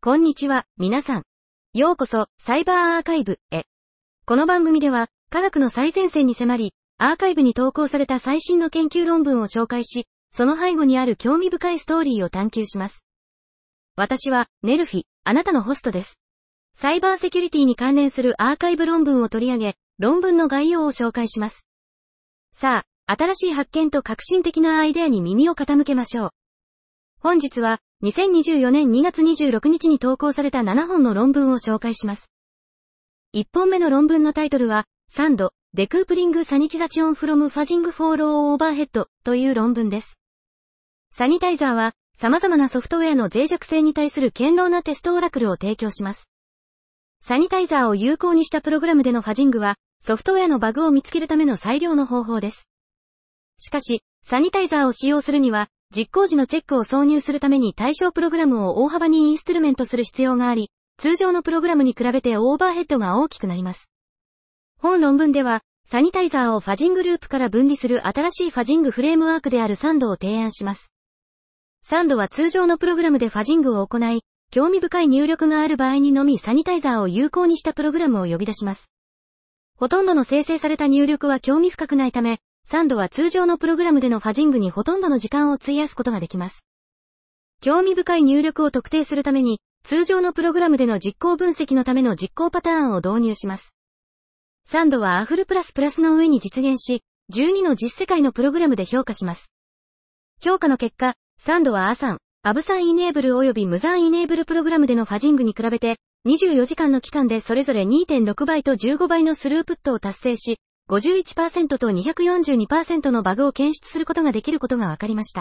こんにちは、皆さん。ようこそ、サイバーアーカイブへ。この番組では、科学の最前線に迫り、アーカイブに投稿された最新の研究論文を紹介し、その背後にある興味深いストーリーを探求します。私は、ネルフィ、あなたのホストです。サイバーセキュリティに関連するアーカイブ論文を取り上げ、論文の概要を紹介します。さあ、新しい発見と革新的なアイデアに耳を傾けましょう。本日は、2024年2月26日に投稿された7本の論文を紹介します。1本目の論文のタイトルは、SAND、デクープリングサニチザチオンフロムファジングフォーローオーバーヘッドという論文です。サニタイザーは、様々なソフトウェアの脆弱性に対する堅牢なテストオラクルを提供します。サニタイザーを有効にしたプログラムでのファジングは、ソフトウェアのバグを見つけるための最良の方法です。しかし、サニタイザーを使用するには、実行時のチェックを挿入するために対象プログラムを大幅にインストゥルメントする必要があり、通常のプログラムに比べてオーバーヘッドが大きくなります。本論文では、サニタイザーをファジングループから分離する新しいファジングフレームワークであるSANDを提案します。SANDは通常のプログラムでファジングを行い、興味深い入力がある場合にのみサニタイザーを有効にしたプログラムを呼び出します。ほとんどの生成された入力は興味深くないため、SANDは通常のプログラムでのファジングにほとんどの時間を費やすことができます。興味深い入力を特定するために、通常のプログラムでの実行分析のための実行パターンを導入します。SANDは AFL++ の上に実現し、12の実世界のプログラムで評価します。評価の結果、SANDは ASAN、ABSANイネーブル及びMUSANイネーブルプログラムでのファジングに比べて、24時間の期間でそれぞれ 2.6 倍と15倍のスループットを達成し、51% と 242% のバグを検出することができることが分かりました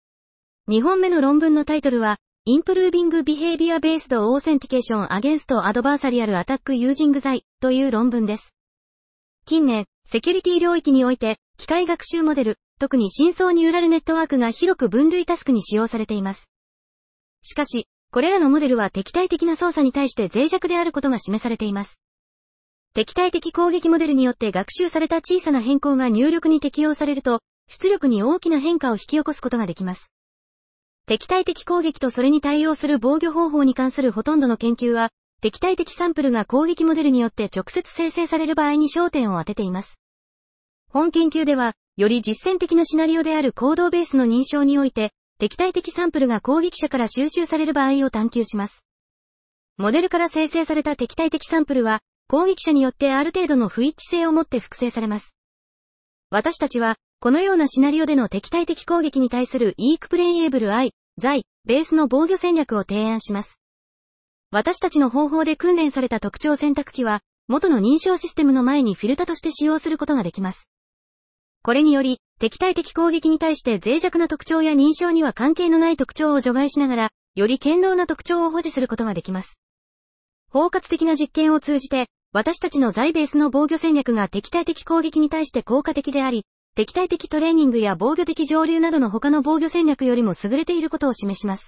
。2本目の論文のタイトルは、Improving Behavior Based Authentication Against Adversarial Attack Using XAI という論文です。近年、セキュリティ領域において、機械学習モデル、特に深層ニューラルネットワークが広く分類タスクに使用されています。しかし、これらのモデルは敵対的な操作に対して脆弱であることが示されています。敵対的攻撃モデルによって学習された小さな変更が入力に適用されると、出力に大きな変化を引き起こすことができます。敵対的攻撃とそれに対応する防御方法に関するほとんどの研究は、敵対的サンプルが攻撃モデルによって直接生成される場合に焦点を当てています。本研究では、より実践的なシナリオであるコードベースの認証において、敵対的サンプルが攻撃者から収集される場合を探求します。モデルから生成された敵対的サンプルは、攻撃者によってある程度の不一致性をもって複製されます。私たちは、このようなシナリオでの敵対的攻撃に対する Explainable AI、ベースの防御戦略を提案します。私たちの方法で訓練された特徴選択機は、元の認証システムの前にフィルタとして使用することができます。これにより、敵対的攻撃に対して脆弱な特徴や認証には関係のない特徴を除外しながら、より堅牢な特徴を保持することができます。包括的な実験を通じて、私たちの在ベースの防御戦略が敵対的攻撃に対して効果的であり、敵対的トレーニングや防御的上流などの他の防御戦略よりも優れていることを示します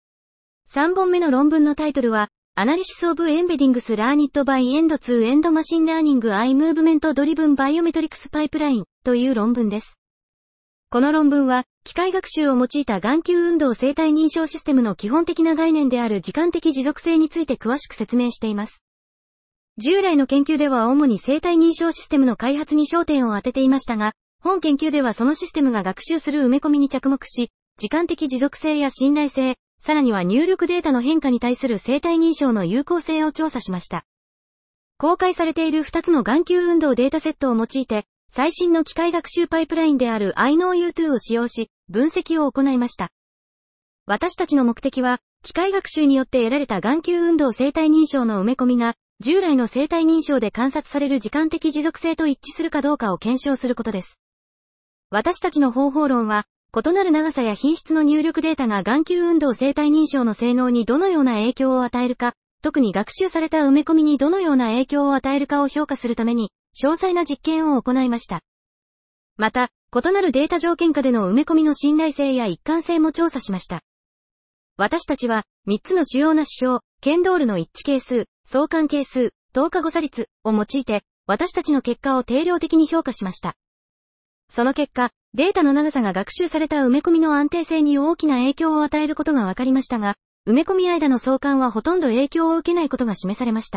。3本目の論文のタイトルは、Analysis of Embeddings Learned by End-to-End Machine Learning Eye Movement Driven Biometrics Pipeline という論文です。この論文は、機械学習を用いた眼球運動生体認証システムの基本的な概念である時間的持続性について詳しく説明しています。従来の研究では主に生体認証システムの開発に焦点を当てていましたが、本研究ではそのシステムが学習する埋め込みに着目し、時間的持続性や信頼性、さらには入力データの変化に対する生体認証の有効性を調査しました。公開されている2つの眼球運動データセットを用いて、最新の機械学習パイプラインである iKnowU2 を使用し、分析を行いました。私たちの目的は、機械学習によって得られた眼球運動生体認証の埋め込みが、従来の生体認証で観察される時間的持続性と一致するかどうかを検証することです。私たちの方法論は、異なる長さや品質の入力データが眼球運動生体認証の性能にどのような影響を与えるか、特に学習された埋め込みにどのような影響を与えるかを評価するために、詳細な実験を行いました。また、異なるデータ条件下での埋め込みの信頼性や一貫性も調査しました。私たちは、3つの主要な指標、ケンドールの一致係数、相関係数、等価誤差率を用いて、私たちの結果を定量的に評価しました。その結果、データの長さが学習された埋め込みの安定性に大きな影響を与えることが分かりましたが、 埋め込み間の相関はほとんど影響を受けないことが示されました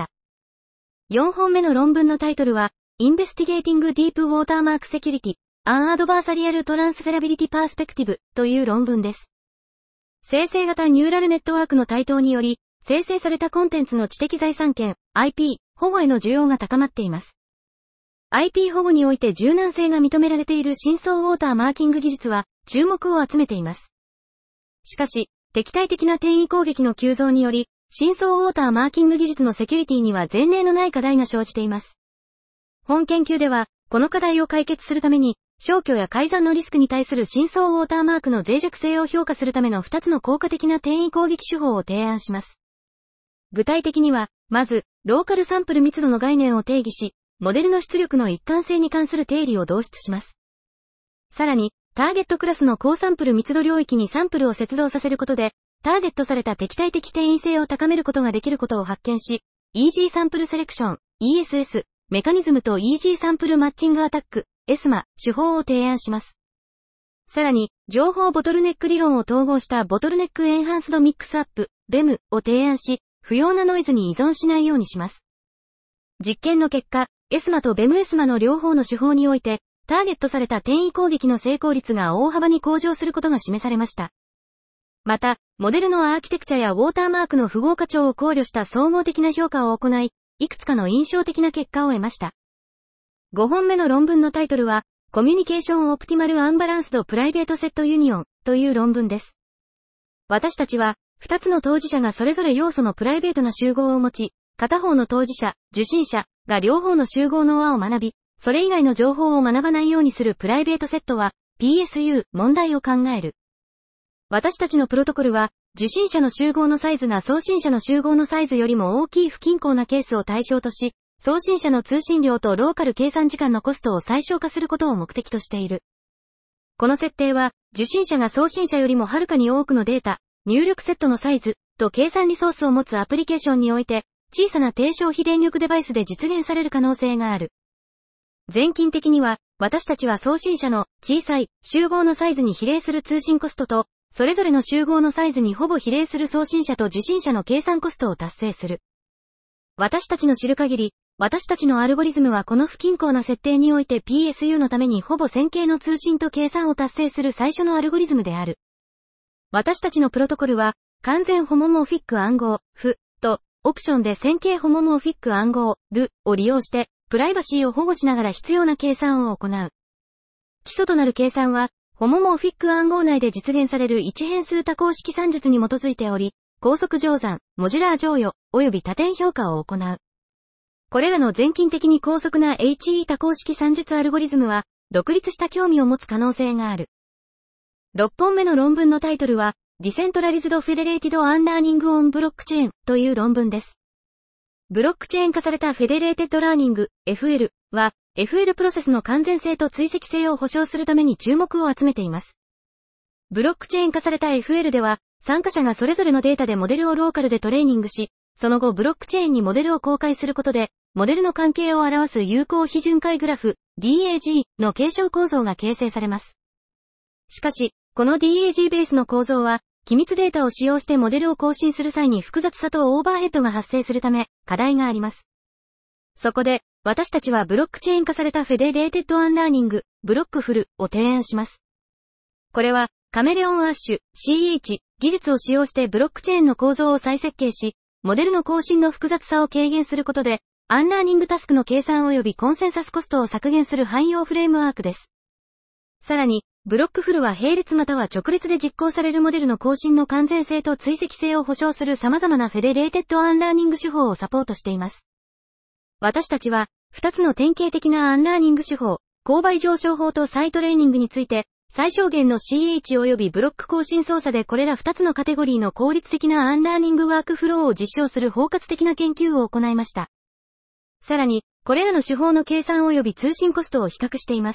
。4本目の論文のタイトルは、Investigating Deep Watermark Security, An Adversarial Transferability Perspective という論文です。生成型ニューラルネットワークの台頭により、生成されたコンテンツの知的財産権、IP、保護への需要が高まっています。IP 保護において柔軟性が認められている深層ウォーターマーキング技術は注目を集めています。しかし、敵対的な転移攻撃の急増により、深層ウォーターマーキング技術のセキュリティには前例のない課題が生じています。本研究では、この課題を解決するために、消去や改ざんのリスクに対する深層ウォーターマークの脆弱性を評価するための2つの効果的な転移攻撃手法を提案します。具体的には、まず、ローカルサンプル密度の概念を定義し、モデルの出力の一貫性に関する定理を導出します。さらに、ターゲットクラスの高サンプル密度領域にサンプルを接続させることで、ターゲットされた敵対的転移性を高めることができることを発見し、Easy Sample Selection、ESS、メカニズムと Easy Sample Matching Attack、ESMA、手法を提案します。さらに、情報ボトルネック理論を統合したボトルネックエンハンスドミックスアップ、BEM を提案し、不要なノイズに依存しないようにします。実験の結果、ESMA と BEM-ESMA の両方の手法において、ターゲットされた転移攻撃の成功率が大幅に向上することが示されました。また、モデルのアーキテクチャやウォーターマークの符号化調を考慮した総合的な評価を行い、いくつかの印象的な結果を得ました。5本目の論文のタイトルは、コミュニケーションオプティマルアンバランスドプライベートセットユニオンという論文です。私たちは、2つの当事者がそれぞれ要素のプライベートな集合を持ち、片方の当事者、受信者が両方の集合の輪を学び、それ以外の情報を学ばないようにするプライベートセットは、PSU、問題を考える。私たちのプロトコルは、受信者の集合のサイズが送信者の集合のサイズよりも大きい不均衡なケースを対象とし、送信者の通信量とローカル計算時間のコストを最小化することを目的としている。この設定は、受信者が送信者よりもはるかに多くのデータ、入力セットのサイズと計算リソースを持つアプリケーションにおいて、小さな低消費電力デバイスで実現される可能性がある。前近的には、私たちは送信者の小さい集合のサイズに比例する通信コストと、それぞれの集合のサイズにほぼ比例する送信者と受信者の計算コストを達成する。私たちの知る限り、私たちのアルゴリズムはこの不均衡な設定において PSU のためにほぼ線形の通信と計算を達成する最初のアルゴリズムである。私たちのプロトコルは、完全ホモモーフィック暗号、フ、と、オプションで線形ホモモーフィック暗号、ル、を利用して、プライバシーを保護しながら必要な計算を行う。基礎となる計算は、ホモモーフィック暗号内で実現される一変数多項式算術に基づいており、高速乗算、モジュラー乗与、及び多点評価を行う。これらの全近的に高速な HE 多項式算術アルゴリズムは、独立した興味を持つ可能性がある。6本目の論文のタイトルは、Decentralized Federated Unlearning on Blockchain という論文です。ブロックチェーン化されたフェデレーテッドラーニング、FL は、FL プロセスの完全性と追跡性を保証するために注目を集めています。ブロックチェーン化された FL では、参加者がそれぞれのデータでモデルをローカルでトレーニングし、その後ブロックチェーンにモデルを公開することで、モデルの関係を表す有効非巡回グラフ、DAG の継承構造が形成されます。しかし、この DAG ベースの構造は、機密データを使用してモデルを更新する際に複雑さとオーバーヘッドが発生するため、課題があります。そこで、私たちはブロックチェーン化されたフェデレーテッドアンラーニング、ブロックフルを提案します。これは、カメレオンアッシュ、CH、技術を使用してブロックチェーンの構造を再設計し、モデルの更新の複雑さを軽減することで、アンラーニングタスクの計算及びコンセンサスコストを削減する汎用フレームワークです。さらに、ブロックフルは並列または直列で実行されるモデルの更新の完全性と追跡性を保証する様々なフェデレーテッドアンラーニング手法をサポートしています。私たちは、2つの典型的なアンラーニング手法、勾配上昇法と再トレーニングについて、最小限の CH 及びブロック更新操作でこれら2つのカテゴリーの効率的なアンラーニングワークフローを実証する包括的な研究を行いました。さらに、これらの手法の計算及び通信コストを比較しています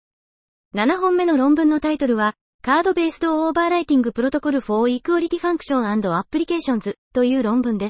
。7本目の論文のタイトルは、Card Based Overwriting Protocol for Equality Function and Applications という論文です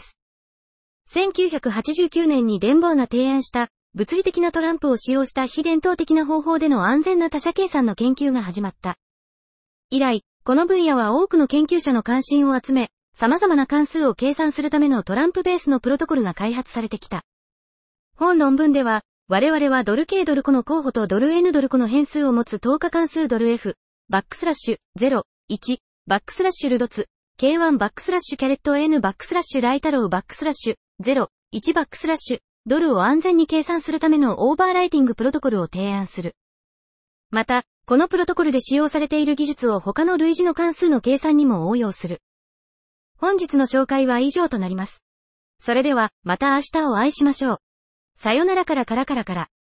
。1989年にデンボーが提案した物理的なトランプを使用した非伝統的な方法での安全な他者計算の研究が始まった。以来、この分野は多くの研究者の関心を集め、 様々な関数を計算するためのトランプベースのプロトコルが開発されてきた。本論文では、我々はドル K ドルコの候補とドル N ドルコの変数を持つ等価関数ドル F、バックスラッシュ、0、1、バックスラッシュルドツ、K1 バックスラッシュキャレット N バックスラッシュライタロウバックスラッシュ、0、1バックスラッシュ、ドルを安全に計算するためのオーバーライティングプロトコルを提案する。また、このプロトコルで使用されている技術を他の類似の関数の計算にも応用する。本日の紹介は以上となります。それでは、また明日をお会いしましょう。さよならからからからから。